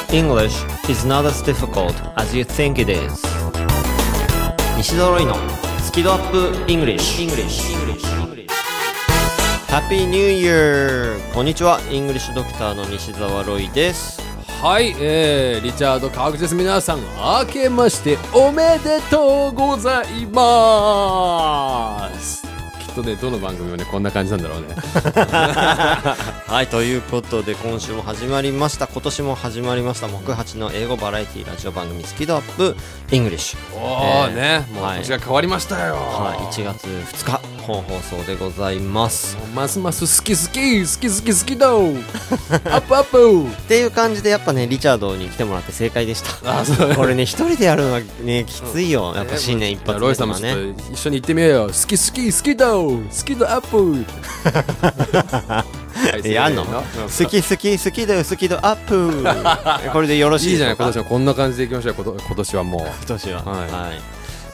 English is not as difficult as you think it is. 西澤ロイのスキドアップ English。 Happy New Year。 こんにちは、イングリッシュドクターの西澤ロイです。 はい、リチャード川口です。皆さん明けましておめでとうございます。きっとね、どの番組もねこんな感じなんだろうねはい、ということで今週も始まりました。今年も始まりました木八の英語バラエティラジオ番組スキドアップイングリッシュ。 おー、ね、もう年が変わりましたよ。 はい、1月2日本放送でございます。 ますます好きだアップアップっていう感じで、やっぱねリチャードに来てもらって正解でした。これね一人でやるのはねきついよ。やっぱ新年一発目とかね。 ロイさんもちょっと一緒に行ってみようよ。好きだアップやんの好きだよスキドアップこれでよろしいいいじゃない。今年はこんな感じでいきましょう。今年はもう今年ははい、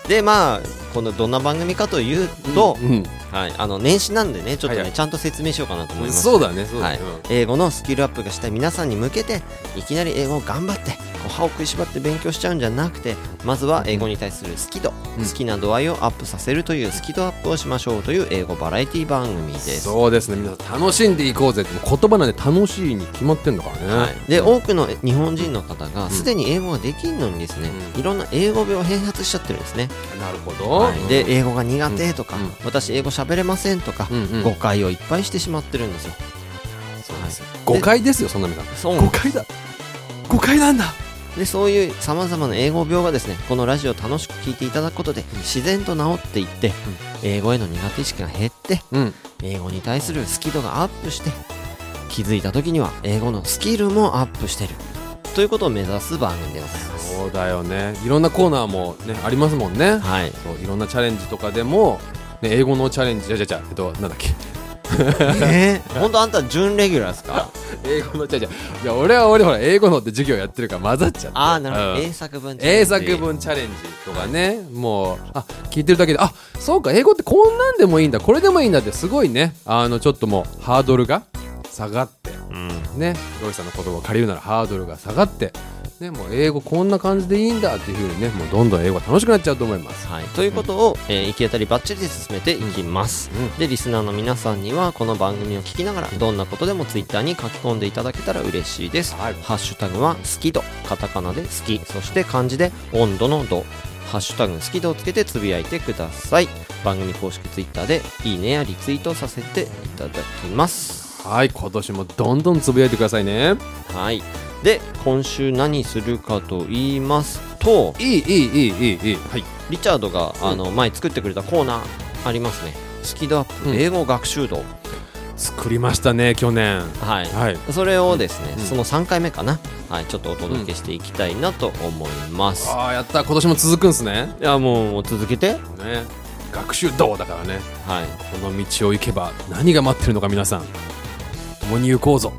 でまあこのどんな番組かというと、はい、年始なんでねちょっとね、はい、ちゃんと説明しようかなと思います。 そうだね、はい、 英語のスキルアップがしたい皆さんに向けて、いきなり英語を頑張って歯を食いしばって勉強しちゃうんじゃなくて、まずは英語に対する好き度、好きな度合いをアップさせるというスキドアップをしましょうという英語バラエティ番組です。 そうですね、皆さん楽しんでいこうぜって。言葉なんで楽しいに決まってんだからね、 はい、で多くの日本人の方がすでに英語ができるのにですね、いろんな英語病を併発しちゃってるんですね。 なるほど、 はい、で英語が苦手とか、私英語喋れませんとか、誤解をいっぱいしてしまってるんですよ。 そうです、誤解ですよ、そんな皆さん。誤解なんだ。 でそういうさまざまな英語病がですね、このラジオを楽しく聞いていただくことで自然と治っていって、英語への苦手意識が減って、英語に対する好き度がアップして、気づいた時には英語のスキルもアップしているということを目指す番組でございます。 そうだよね、いろんなコーナーも、ね、ありますもんね。はい、そういろんなチャレンジとかでも、ね、英語のチャレンジなんだっけ本当あんた準レギュラーですか？ 英語のいや俺ほら英語のって授業やってるから混ざっちゃって。 ああ、なるほど、英作文チャレンジとかね、もう聞いてるだけで、そうか、英語ってこんなんでもいいんだ、これでもいいんだって、すごいね、ちょっともうハードルが下がって、ね、ロイさんの言葉を借りるならハードルが下がって、ね、もう英語こんな感じでいいんだっていう風にね、もうどんどん英語が楽しくなっちゃうと思います。 はい、ということを、行き当たりばっちりで進めていきます。でリスナーの皆さんにはこの番組を聞きながらどんなことでもツイッターに書き込んでいただけたら嬉しいです。ハッシュタグは好き度、カタカナで好き、そして漢字で温度の度、ハッシュタグ好き度をつけてつぶやいてください。番組公式ツイッターでいいねやリツイートさせていただきます。 はい、今年もどんどんつぶやいてくださいね。 はい、で今週何するかと言いますと、 はい、 リチャードが前作ってくれたコーナーありますね。スキドアップ英語学習度、 作りましたね、去年。 はい、それをですね、その3回目かな、はい、ちょっとお届けしていきたいなと思います。 やった、今年も続くんすね。 いやもう続けてね、学習度だからね。 はい、 この道を行けば何が待ってるのか、皆さん共に行こうぞ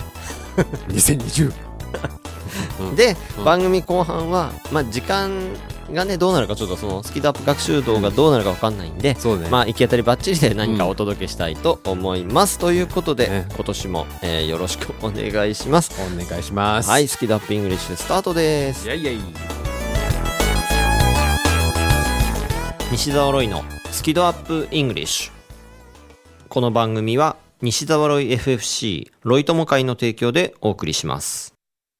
2020 で、番組後半は、時間がねどうなるか、ちょっとそのスキドアップ学習動がどうなるか分かんないんで、行き当たりばっちりで何かお届けしたいと思います。ということで、今年も、よろしくお願いします。 お願いします。 はい、スキドアップイングリッシュスタートです。西澤ロイのスキドアップイングリッシュ。この番組は西澤ロイ FFC ロイ友会の提供でお送りします。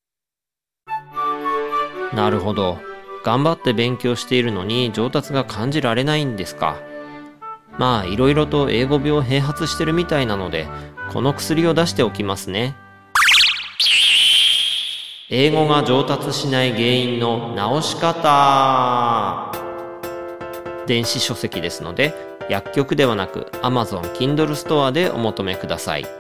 なるほど、頑張って勉強しているのに上達が感じられないんですか。いろいろと英語病併発してるみたいなので、この薬を出しておきますね。英語が上達しない原因の治し方。電子書籍ですので、薬局ではなく Amazon Kindle ストアでお求めください。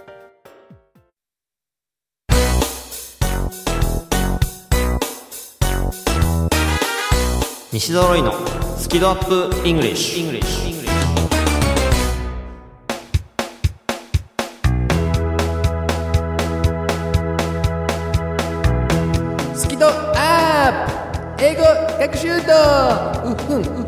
西澤ロイのスキドアップイングリッシュ。 スキドアップ英語学習度。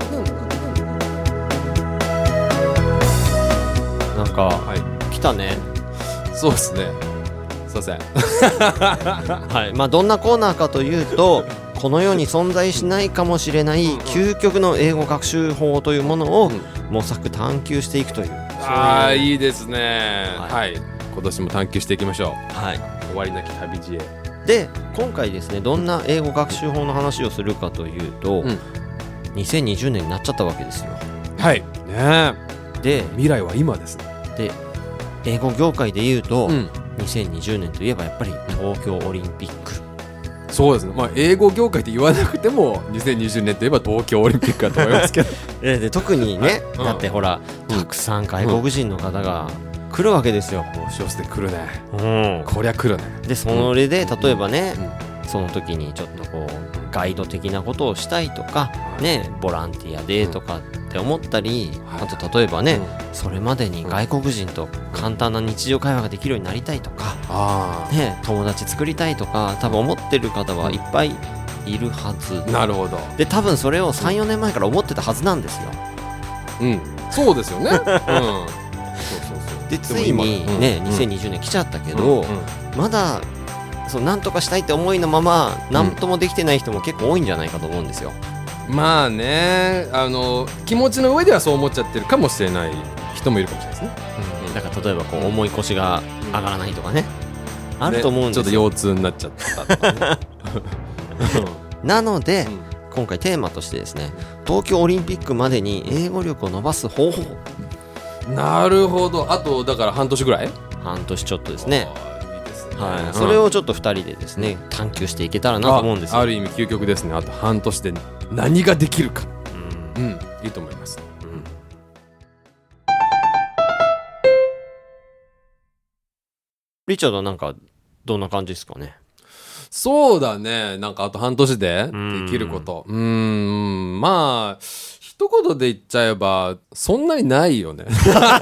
なんか、 来たね。 そうですね。 いません。 はい、まあどんなコーナーかというと、この世に存在しないかもしれない究極の英語学習法というものを模索探求していくという、 ああ、いいですね。 はいはい、今年も探求していきましょう。 はい、 終わりなき旅路へ。 で今回ですね、どんな英語学習法の話をするかというと、2020年になっちゃったわけですよ。 はいね。 で未来は今ですね。 で英語業界でいうと、2020年といえばやっぱり東京オリンピック。 そうですね。まあ英語業界って言わなくても2020年といえば東京オリンピックだと思いますけどで特にね、だってほら、たくさん外国人の方が来るわけですよ。 押し寄せてくるね。こりゃ来るね。 でそれで例えばね、その時にちょっとこうガイド的なことをしたいとかね、ボランティアでとかって思ったり、あと例えばね、それまでに外国人と簡単な日常会話ができるようになりたいとか、ね、友達作りたいとか多分思ってる方はいっぱいいるはず。 なるほど。 で多分それを 3,4 年前から思ってたはずなんですよ。 そうですよね。 でついにね、2020年来ちゃったけど、まだそうなんとかしたいって思いのまま何ともできてない人も結構多いんじゃないかと思うんですよ。 まあね、気持ちの上ではそう思っちゃってるかもしれない人もいるかもしれないですね。 だから例えばこう重い腰が上がらないとかね、あると思うんですよ。 ちょっと腰痛になっちゃったとかねなので、今回テーマとしてですね、東京オリンピックまでに英語力を伸ばす方法。 なるほど。あとだから半年ぐらい、 半年ちょっとですね。 いいですね。 はい、それをちょっと2人でですね、探求していけたらなと思うんですよ。 ある意味究極ですね。あと半年で何ができるか。いいと思います。 リチャードはなんかどんな感じですかね。 そうだね。なんかあと半年でできること。まあ一言で言っちゃえばそんなにないよね。ち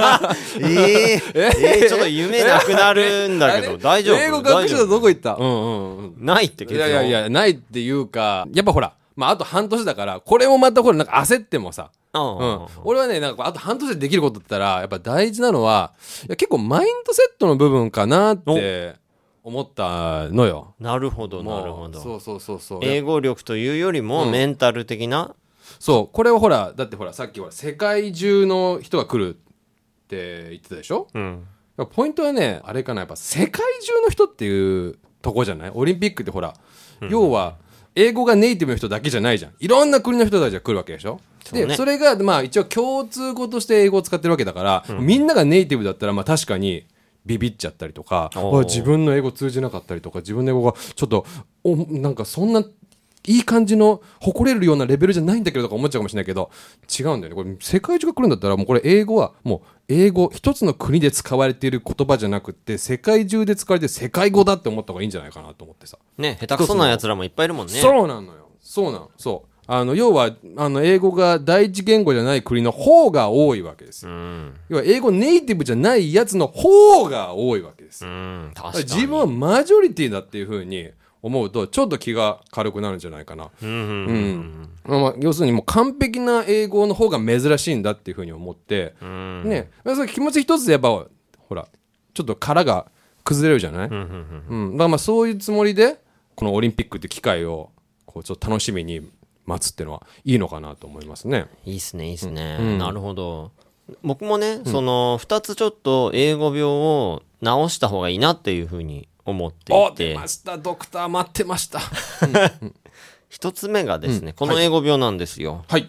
ょっと夢なくなるんだけど大丈夫？ 英語学習はどこ行った？ ないって結構。 いやないっていうか、やっぱほら、まああと半年だからこれもまたほらなんか焦ってもさ。俺はね、なんかあと半年でできることって言ったらやっぱ大事なのは、いや結構マインドセットの部分かなって思ったのよ。 なるほどなるほど。 そう。 英語力というよりもメンタル的な。 そう、これはほら、だってほらさっきほら世界中の人が来るって言ってたでしょ。ポイントはね、あれかな、やっぱ世界中の人っていうとこじゃない？オリンピックってほら、要は英語がネイティブの人だけじゃないじゃん。いろんな国の人たちが来るわけでしょ。で、それがまあ一応共通語として英語を使ってるわけだから、みんながネイティブだったらまあ確かにビビっちゃったりとか、自分の英語通じなかったりとか、自分の英語がちょっとなんかそんないい感じの誇れるようなレベルじゃないんだけどとか思っちゃうかもしれないけど、違うんだよね。これ世界中が来るんだったらもうこれ英語はもう英語一つの国で使われている言葉じゃなくて世界中で使われている世界語だって思った方がいいんじゃないかなと思ってさ。 ね、下手くそなやつらもいっぱいいるもんね。 そうなのよ。そう要は英語が第一言語じゃない国の方が多いわけですよ。要は英語ネイティブじゃないやつの方が多いわけですよ。 確かに自分はマジョリティだっていう風に思うとちょっと気が軽くなるんじゃないかな。要するにもう完璧な英語の方が珍しいんだっていう風に思って、ね、それ気持ち一つでやっぱほらちょっと殻が崩れるじゃない。だからまあそういうつもりでこのオリンピックって機会をこうちょっと楽しみに待つっていうのはいいのかなと思いますね。 いいっすね、なるほど。僕もね、その2つちょっと英語病を直した方がいいなっていう風に思っていて。 出ました、ドクター待ってました。 1つ目がですね、この英語病なんですよ。 はい。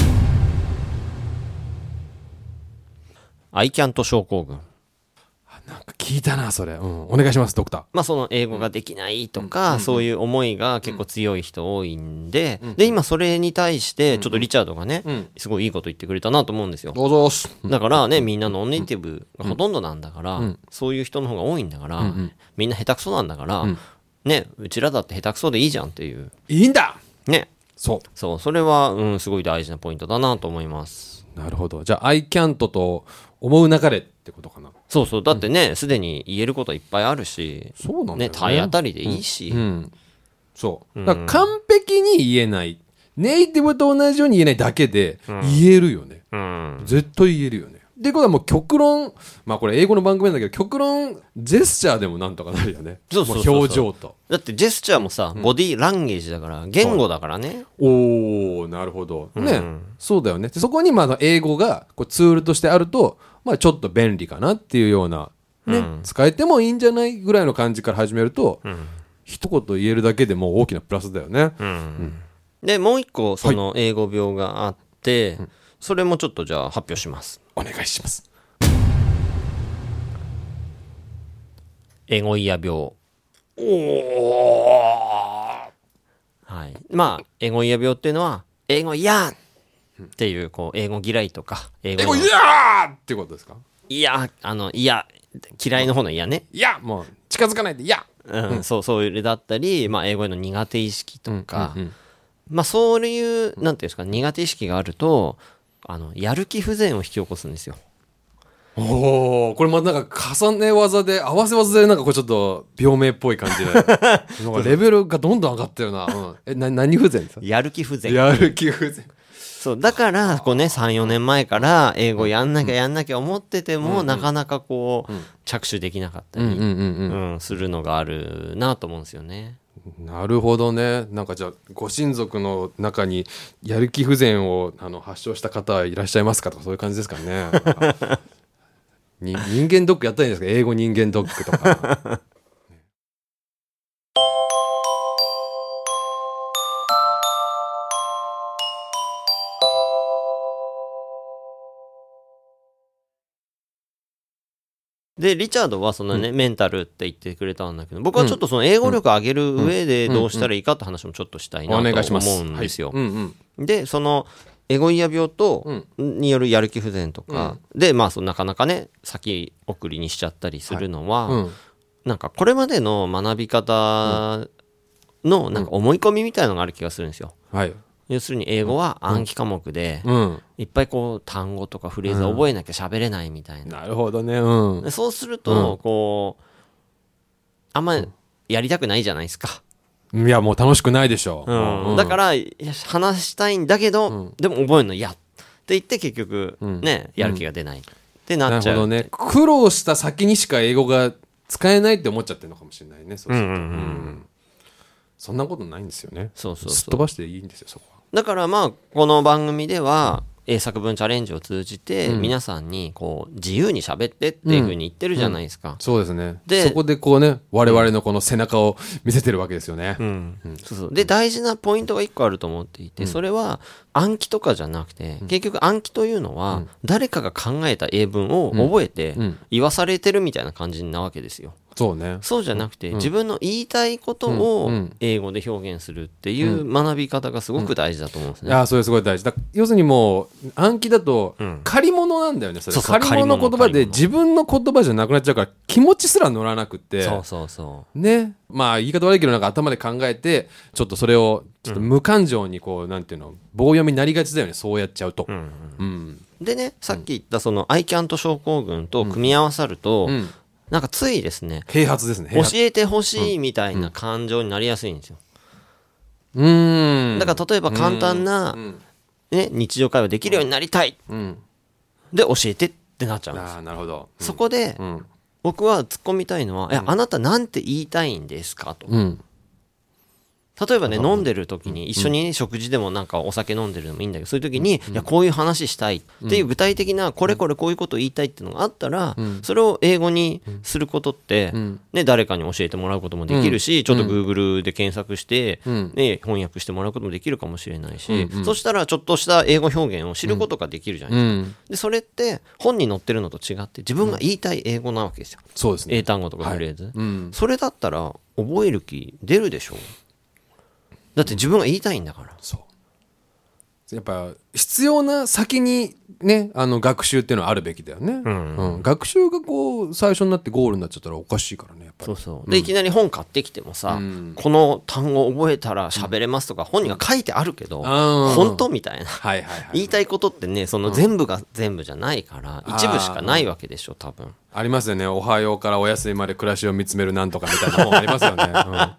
I can't 症候群。 なんか聞いたなそれ、お願いしますドクター。 まあその英語ができないとか、そういう思いが結構強い人多いんで、で今それに対してちょっとリチャードがね、すごいいいこと言ってくれたなと思うんですよ。 どうぞし。 だからね、みんなノンネイティブがほとんどなんだから、そういう人の方が多いんだから、みんな下手くそなんだから、ね、うちらだって下手くそでいいじゃんっていう。 いいんだね。 そう、 それは、すごい大事なポイントだなと思います。 なるほど。じゃあ I can't と思う流れってことかな。 そうだってね、すでに言えることいっぱいあるし、 そうなんだよね。 体当たりでいいし、 そうだから完璧に言えない、ネイティブと同じように言えないだけで言えるよね。絶対言えるよね。 っていうことはもう極論、まあこれ英語の番組なんだけど、極論ジェスチャーでもなんとかなるよね。 そうそうそうそう、 もう表情と。 だってジェスチャーもさ、ボディーランゲージだから言語だからね。 おー、なるほどね、そうだよね。でそこにまあ英語がこうツールとしてあると、まあちょっと便利かなっていうようなね、使えてもいいんじゃないぐらいの感じから始めると、一言言えるだけでもう大きなプラスだよね。 でもう一個その英語病があって、それもちょっとじゃあ発表します。 お願いします。 エゴイヤ病。おー、はい。まあエゴイヤ病っていうのは英語嫌っていうこう英語嫌いとか英語嫌っていうことですか？ いや、嫌、嫌いの方の嫌ね。 いや、もう近づかないで嫌。 そういうだったり、まあ英語への苦手意識とか、まあそういうなんていうんですか、苦手意識があるとやる気不全を引き起こすんですよ。 おお、これまたなんか重ね技で合わせ技でなんかこれちょっと病名っぽい感じでなんかレベルがどんどん上がってるな。何不全ですか？ やる気不全。 やる気不全。 そうだからこうね、3、4年前から英語やんなきゃ思ってても、なかなかこう、着手できなかったりするのがあるなと思うんですよね。 なるほどね。なんかじゃあご親族の中にやる気不全を発症した方いらっしゃいますかとか、そういう感じですかね。人間ドックやったらいいんですか？英語人間ドックとか。 でリチャードはそのね、メンタルって言ってくれたんだけど、僕はちょっとその英語力上げる上でどうしたらいいかって話もちょっとしたいなと思うんですよ。でそのエゴイヤ病によるやる気不全とか、でまあなかなかね先送りにしちゃったりするのは、なんかこれまでの学び方のなんか思い込みみたいなのがある気がするんですよ。要するに英語は暗記科目で、いっぱいこう単語とかフレーズを覚えなきゃ喋れないみたいな。 なるほどね。 そうするとこうあんまやりたくないじゃないですか。 いやもう楽しくないでしょう。だから話したいんだけど、でも覚えるの嫌って言って結局ね、やる気が出ないってなっちゃう。 なるほどね。苦労した先にしか英語が使えないって思っちゃってるのかもしれないね。そうすると。そんなことないんですよね。すっ飛ばしていいんですよ、そこは。 だからまあこの番組では英作文チャレンジを通じて皆さんにこう自由に喋ってっていう風に言ってるじゃないですか。 そうですね。でそこでこうね、我々のこの背中を見せてるわけですよね。 で大事なポイントが1個あると思っていて、それは暗記とかじゃなくて、結局暗記というのは誰かが考えた英文を覚えて言わされてるみたいな感じなわけですよ。 そうね。 そうじゃなくて、自分の言いたいことを英語で表現するっていう学び方がすごく大事だと思うんですね。 それすごい大事だ。要するにもう暗記だと借り物なんだよね。それ借り物の言葉で自分の言葉じゃなくなっちゃうから、気持ちすら乗らなくて、ね、まあ言い方悪いけどなんか頭で考えてちょっとそれをちょっと無感情にこうなんていうの棒読みになりがちだよね。そうやっちゃうと。 でね、さっき言ったそのアイキャント症候群と組み合わさると、なんかついですね、 併発ですね。 教えてほしいみたいな感情になりやすいんですよ。だから例えば簡単な、ね、日常会話できるようになりたい、で教えてってなっちゃうんです。 なるほど。 そこで、僕は突っ込みたいのは、あなたなんて言いたいんですかと。例えばね、飲んでる時に一緒に食事でもなんかお酒飲んでるのもいいんだけど、そういう時に、いやこういう話したいっていう具体的なこれこれこういうことを言いたいっていうのがあったら、それを英語にすることって、ね、誰かに教えてもらうこともできるし、ちょっと Google で検索して、ね、翻訳してもらうこともできるかもしれないし、そしたらちょっとした英語表現を知ることができるじゃないですか。でそれって本に載ってるのと違って自分が言いたい英語なわけですよ。 そうですね。 英単語とかフレーズ、それだったら覚える気出るでしょう。だって自分が言いたいんだから。 そうやっぱ必要な先にね、学習っていうのはあるべきだよね。学習がこう最初になってゴールになっちゃったらおかしいからね、やっぱり。 でいきなり本買ってきてもさ、この単語覚えたら喋れますとか本には書いてあるけど、本当みたいな、言いたいことってね、その全部が全部じゃないから一部しかないわけでしょ、多分。 ありますよね。おはようからお休みまで暮らしを見つめるなんとかみたいな本ありますよね。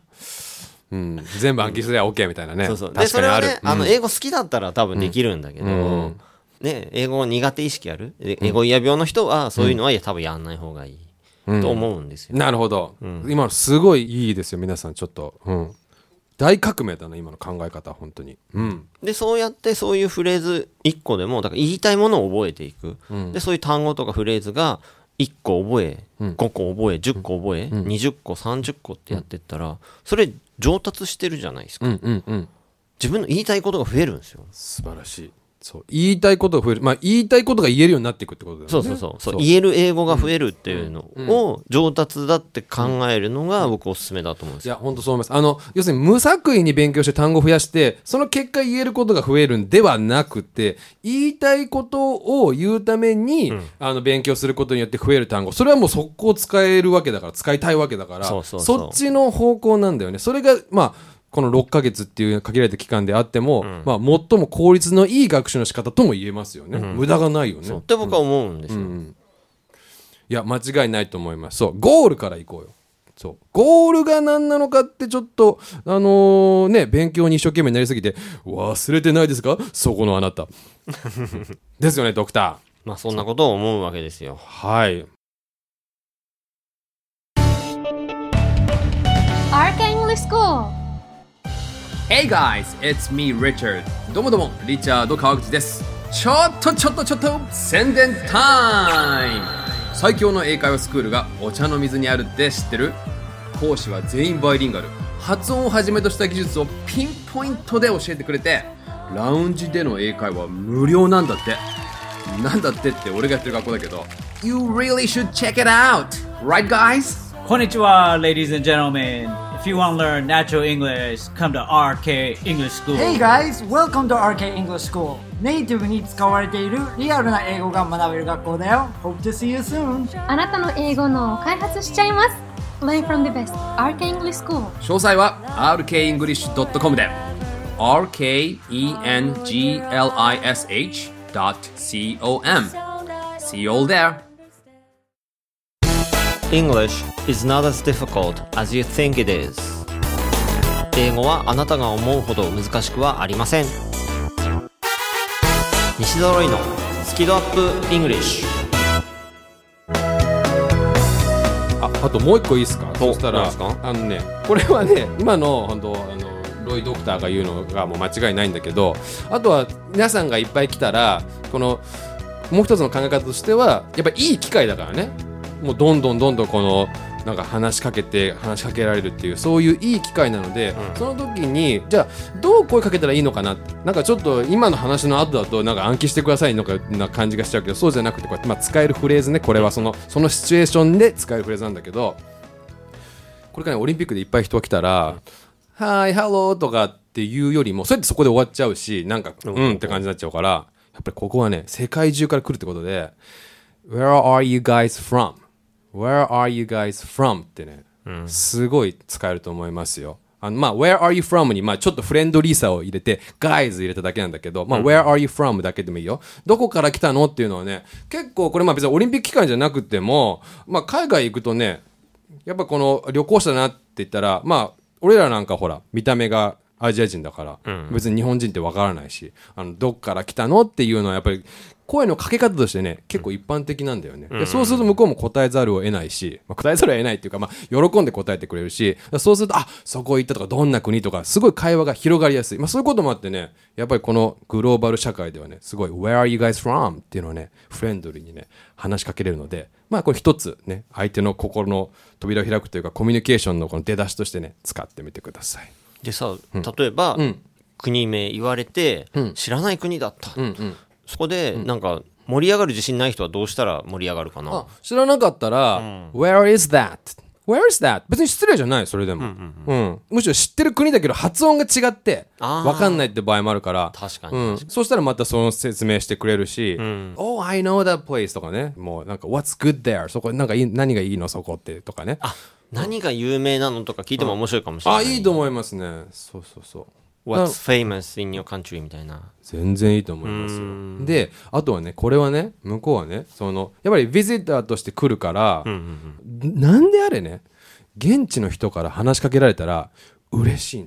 全部暗記すれば OK みたいなね。 でそれはね、英語好きだったら多分できるんだけど、 ね、英語苦手意識ある、英語嫌病の人はそういうのは多分やんない方がいい、と思うんですよ。 なるほど、今のすごいいいですよ皆さん。ちょっと、大革命だな今の考え方本当に。 でそうやってそういうフレーズ1個でもだから言いたいものを覚えていく、でそういう単語とかフレーズが1個覚え、5個覚え、10個覚え、20個30個ってやってったら、それ上達してるじゃないですか、自分の言いたいことが増えるんですよ。 素晴らしい。そう言いたいことが増える、言いたいことが言えるようになっていくってことだよね。 そう言える英語が増えるっていうのを上達だって考えるのが僕おすすめだと思うんですよ。 いや本当そう思います。要するに無作為に勉強して単語を増やしてその結果言えることが増えるんではなくて、言いたいことを言うために、勉強することによって増える単語、それはもう速攻使えるわけだから、使いたいわけだから、そっちの方向なんだよね。それがこの6ヶ月っていう限られた期間であっても、最も効率のいい学習の仕方とも言えますよね、無駄がないよねって僕は思うんですよ、 いや間違いないと思います。そうゴールから行こうよ。そうゴールが何なのかってちょっと勉強に一生懸命になりすぎて忘れてないですかそこのあなたですよねドクター。そんなことを思うわけですよ。 はい。 RK English School。 Hey guys, it's me Richard。 どうもどうもリチャード川口です。ちょっと宣伝タイム。最強の英会話スクールがお茶の水にあるって知ってる？講師は全員バイリンガル、発音をはじめとした技術をピンポイントで教えてくれて、ラウンジでの英会話無料なんだって。なんだってって俺がやってる学校だけど、 You really should check it out, right guys? こんにちは ladies and gentlemen。If you want to learn natural English, come to RK English School. Hey guys, welcome to RK English School. ネイティブに使われているリアルな英語が学べる学校だよ。Hope to see you soon. あなたの英語のを開発しちゃいます。Learn from the best. RK English School。詳細は rkenglish.com で rkenglish.com. See you all there. English is not as difficult as you think it is. 英語はあなたが思うほど難しくはありません。西揃いのスキドアップ English。 あともう一個いいですか？そしたらこれはね今の本当ロイドクターが言うのがもう間違いないんだけど、あとは皆さんがいっぱい来たらこのもう一つの考え方としてはやっぱりいい機会だからね、もうどんどんこのなんか話しかけられるっていう、そういういい機会なので、その時にじゃあどう声かけたらいいのかな、なんかちょっと今の話の後だとなんか暗記してくださいのかな感じがしちゃうけど、そうじゃなくてこうやって使えるフレーズね、これはそのシチュエーションで使えるフレーズなんだけど、これからねオリンピックでいっぱい人が来たらはいハローとかっていうよりもそうやってそこで終わっちゃうし、なんかって感じになっちゃうから、やっぱりここはね世界中から来るってことで Where are you guys from?Where are you guys from? ってね、すごい使えると思いますよ。Where are you from に、ちょっとフレンドリーさを入れて Guys 入れただけなんだけど、Where are you from だけでもいいよ。どこから来たのっていうのはね、結構これ別にオリンピック期間じゃなくても、海外行くとね、やっぱこの旅行者だなって言ったら、俺らなんかほら見た目がアジア人だから、別に日本人ってわからないし、どっから来たのっていうのはやっぱり声のかけ方としてね結構一般的なんだよね。でそうすると向こうも答えざるを得ないし、答えざるを得ないっていうか、喜んで答えてくれるし、そうするとそこ行ったとかどんな国とかすごい会話が広がりやすい。そういうこともあってね、やっぱりこのグローバル社会ではねすごい Where are you guys from? っていうのをねフレンドリーにね話しかけれるので、これ一つね相手の心の扉を開くというかコミュニケーションのこの出だしとしてね使ってみてください。 でさ、例えば、国名言われて、知らない国だった、そこでなんか盛り上がる自信ない人はどうしたら盛り上がるかな。 知らなかったら、Where is that? Where is that? 別に失礼じゃない、それでも、むしろ知ってる国だけど発音が違って分かんないって場合もあるから、 確かに、 そうしたらまたその説明してくれるし、Oh, I know that place とかね、もうなんか What's good there? そこなんか何がいいのそこってとかね、 何が有名なのとか聞いても面白いかもしれない。 いいと思いますね。そう What's famous in your country みたいな。 全然いいと思いますよ。であとはねこれはね向こうはねやっぱりビジターとして来るから、なんであれね現地の人から話しかけられたら嬉しいんですよ。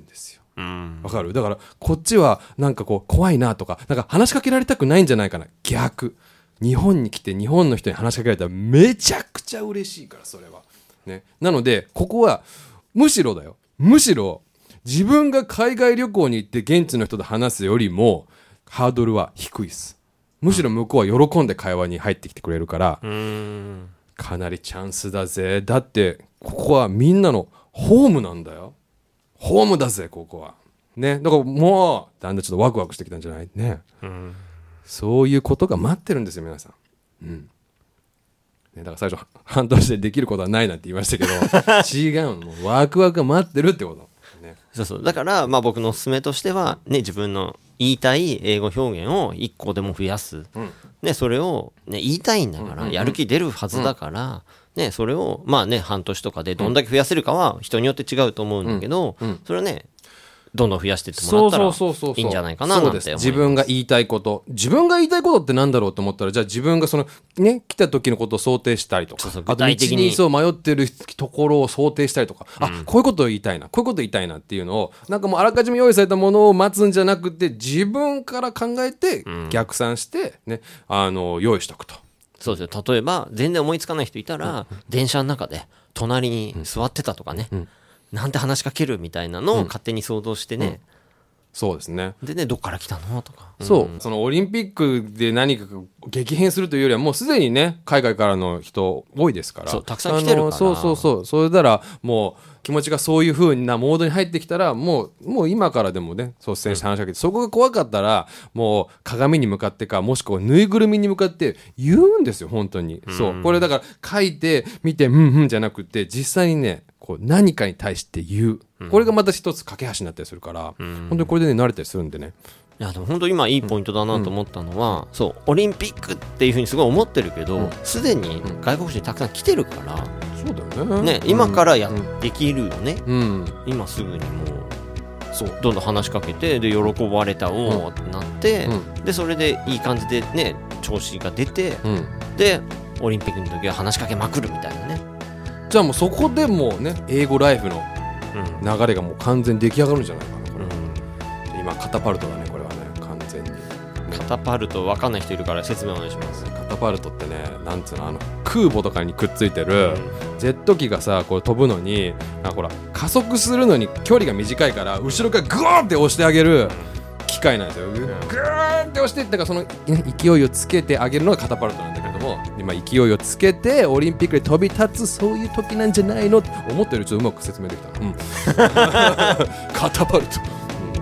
わかる？だからこっちはなんかこう怖いなとか、なんか話しかけられたくないんじゃないかな。逆。日本に来て日本の人に話しかけられたらめちゃくちゃ嬉しいから、それは。ね。なので、ここはむしろ自分が海外旅行に行って現地の人と話すよりもハードルは低いです。むしろ向こうは喜んで会話に入ってきてくれるから、かなりチャンスだぜ。だってここはみんなのホームなんだよ。ホームだぜ、ここは。ね。だからもうだんだんちょっとワクワクしてきたんじゃないね。そういうことが待ってるんですよ、皆さん。ね、だから最初半年でできることはないなんて言いましたけど違うの、もうワクワクが待ってるってこと、ね、 そうだから、僕のおすすめとしては、ね、自分の言いたい英語表現を1個でも増やす、ね、それを、ね、言いたいんだから、やる気出るはずだから、ね、それを半年とかでどんだけ増やせるかは人によって違うと思うんだけど、それはねどんどん増やしていってもらったらいいんじゃないかななんて思います。 自分が言いたいことってなんだろうと思ったら、じゃあ自分がそのね来た時のことを想定したりとか、 具体的にあと道に迷ってるところを想定したりとか、こういうことを言いたいな、こういうことを言いたいなっていうのを、なんかもうあらかじめ用意されたものを待つんじゃなくて、自分から考えて逆算してね、用意しとくと。 そうですよ。例えば全然思いつかない人いたら、電車の中で隣に座ってたとかね、なんて話しかけるみたいなのを勝手に想像してね、 そうですね。 でね、どっから来たのとか、 そのオリンピックで何か激変するというよりは、もうすでにね海外からの人多いですから、 そうたくさん来てるから、 それならもう気持ちがそういう風なモードに入ってきたら、もう今からでもね率先して話しかけて、そこが怖かったらもう鏡に向かってか、もしくはぬいぐるみに向かって言うんですよ、本当に。そうこれだから書いてみてじゃなくて、実際にねこう何かに対して言う、これがまた一つ架け橋になったりするから、本当にこれでね慣れたりするんでね。 いやでも本当今いいポイントだなと思ったのは、そうオリンピックっていうふうにすごい思ってるけど、すでに外国人たくさん来てるから、 そうだよね。 今からできるよね、今すぐにもうどんどん話しかけて、で喜ばれたおーってなって、でそれでいい感じでね調子が出て、でオリンピックの時は話しかけまくるみたいなね。 じゃあもうそこでもうね英語ライフの流れがもう完全に出来上がるんじゃないかな、これ。今カタパルトだね、これはね完全に。 カタパルト分かんない人いるから説明お願いします。 カタパルトってね、なんつうの、空母とかにくっついてるジェット機がさ、こう飛ぶのにほら加速するのに距離が短いから、後ろからグーンって押してあげる機械なんですよ。グーンって押して、だからその、勢いをつけてあげるのがカタパルトなんだけども、今勢いをつけてオリンピックで飛び立つ、そういう時なんじゃないのって思ったよりちょっとうまく説明できた、カタパルト。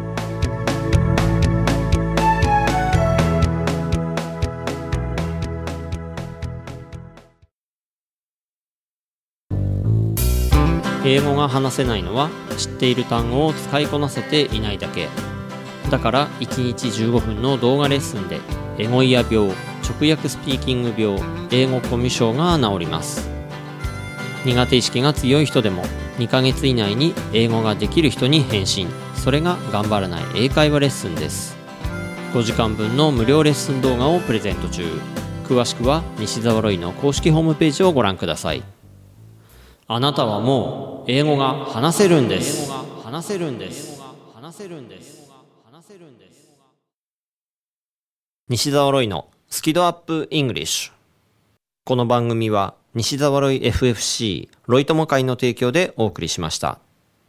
英語が話せないのは知っている単語を使いこなせていないだけだから、1日15分の動画レッスンでエゴイヤ病、直訳スピーキング病、英語コミュ障が治ります。苦手意識が強い人でも2ヶ月以内に英語ができる人に変身。それが頑張らない英会話レッスンです。5時間分の無料レッスン動画をプレゼント中。詳しくは西澤ロイの公式ホームページをご覧ください。あなたはもう英語が話せるんです。話せるんです。話せるんです。話せるんです。西澤ロイのスキドアップイングリッシュ。この番組は西澤ロイ FFC ロイ友会の提供でお送りしました。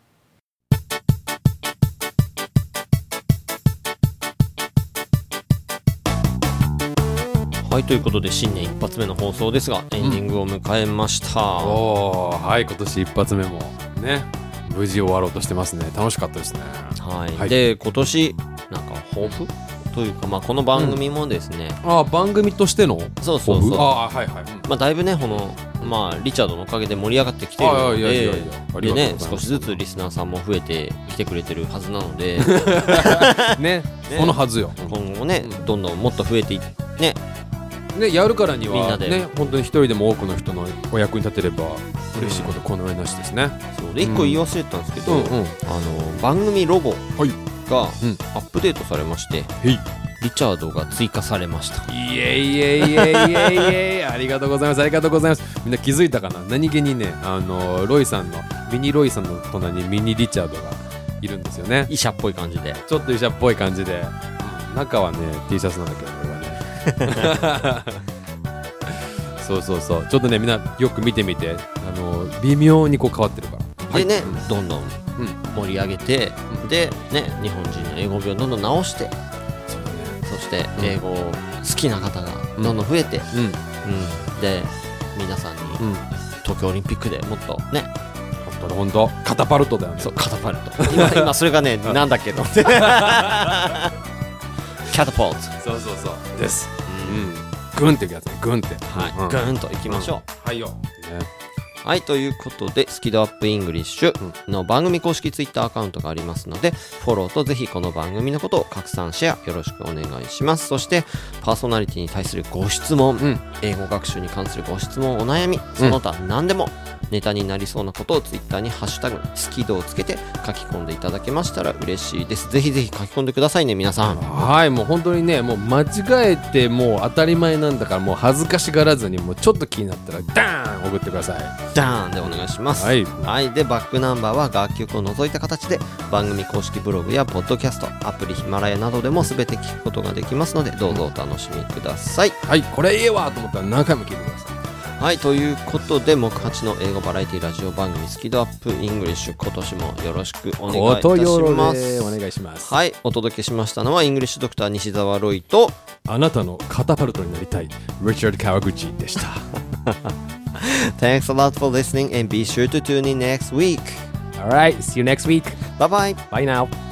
はい、ということで新年一発目の放送ですが、エンディングを迎えました。 はい、今年一発目もね無事終わろうとしてますね。楽しかったですね。 はい、で今年なんか抱負というか、この番組もですね、 番組としてのそうはいはい、 だいぶねリチャードのおかげで盛り上がってきているので、でね少しずつリスナーさんも増えてきてくれてるはずなのでねそのはずよ。 今後ねどんどんもっと増えていってね、やるからにはみんなでね、本当に一人でも多くの人のお役に立てれば嬉しいことこの上なしですね。 そうで1個言い忘れてたんですけど、番組ロゴがアップデートされまして、リチャードが追加されました。 いえありがとうございます、ありがとうございます。みんな気づいたかな。何気にね、ロイさんのミニロイさんの隣にミニリチャードがいるんですよね。 医者っぽい感じで。 ちょっと医者っぽい感じで、中はね T シャツなんだけどこれはねそうそうそう、ちょっとねみんなよく見てみて、微妙にこう変わってるから。 でね、 はい、 どんどん盛り上げて、でね、日本人の英語病をどんどん直して、そして英語を好きな方がどんどん増えて、で皆さんに東京オリンピックでもっとね、 本当カタパルトだよね。 そう、カタパルト。今それがね、なんだっけと。キャタポルト。 そうそうそうです。グンっていくやつね、グンって。 はい、グンといきましょう。 はいよ。 はい、ということでスキドアップイングリッシュの番組公式ツイッターアカウントがありますので、フォローとぜひこの番組のことを拡散シェアよろしくお願いします。そしてパーソナリティに対するご質問、英語学習に関するご質問、お悩み、その他何でもネタになりそうなことをツイッターにハッシュタグスキドをつけて書き込んでいただけましたら嬉しいです。ぜひぜひ書き込んでくださいね、皆さん。 はい、もう本当にね、もう間違えてもう当たり前なんだから、もう恥ずかしがらずに、もうちょっと気になったらダーン送ってください。 ダーンでお願いします。 はい、 はい、でバックナンバーは楽曲を除いた形で番組公式ブログやポッドキャスト、アプリヒマラヤなどでも全て聞くことができますので、どうぞお楽しみください。 はい、これいいわと思ったら何回も聞いてください。 はい、ということで木八の英語バラエティラジオ番組スキドアップイングリッシュ、今年もよろしくお願いいたします。 お願いします。 はい、お届けしましたのはイングリッシュドクター西澤ロイと、 あなたのカタパルトになりたいリチャード川口でした。 Thanks a lot for listening and be sure to tune in next week. Alright, see you next week. Bye bye. Bye now.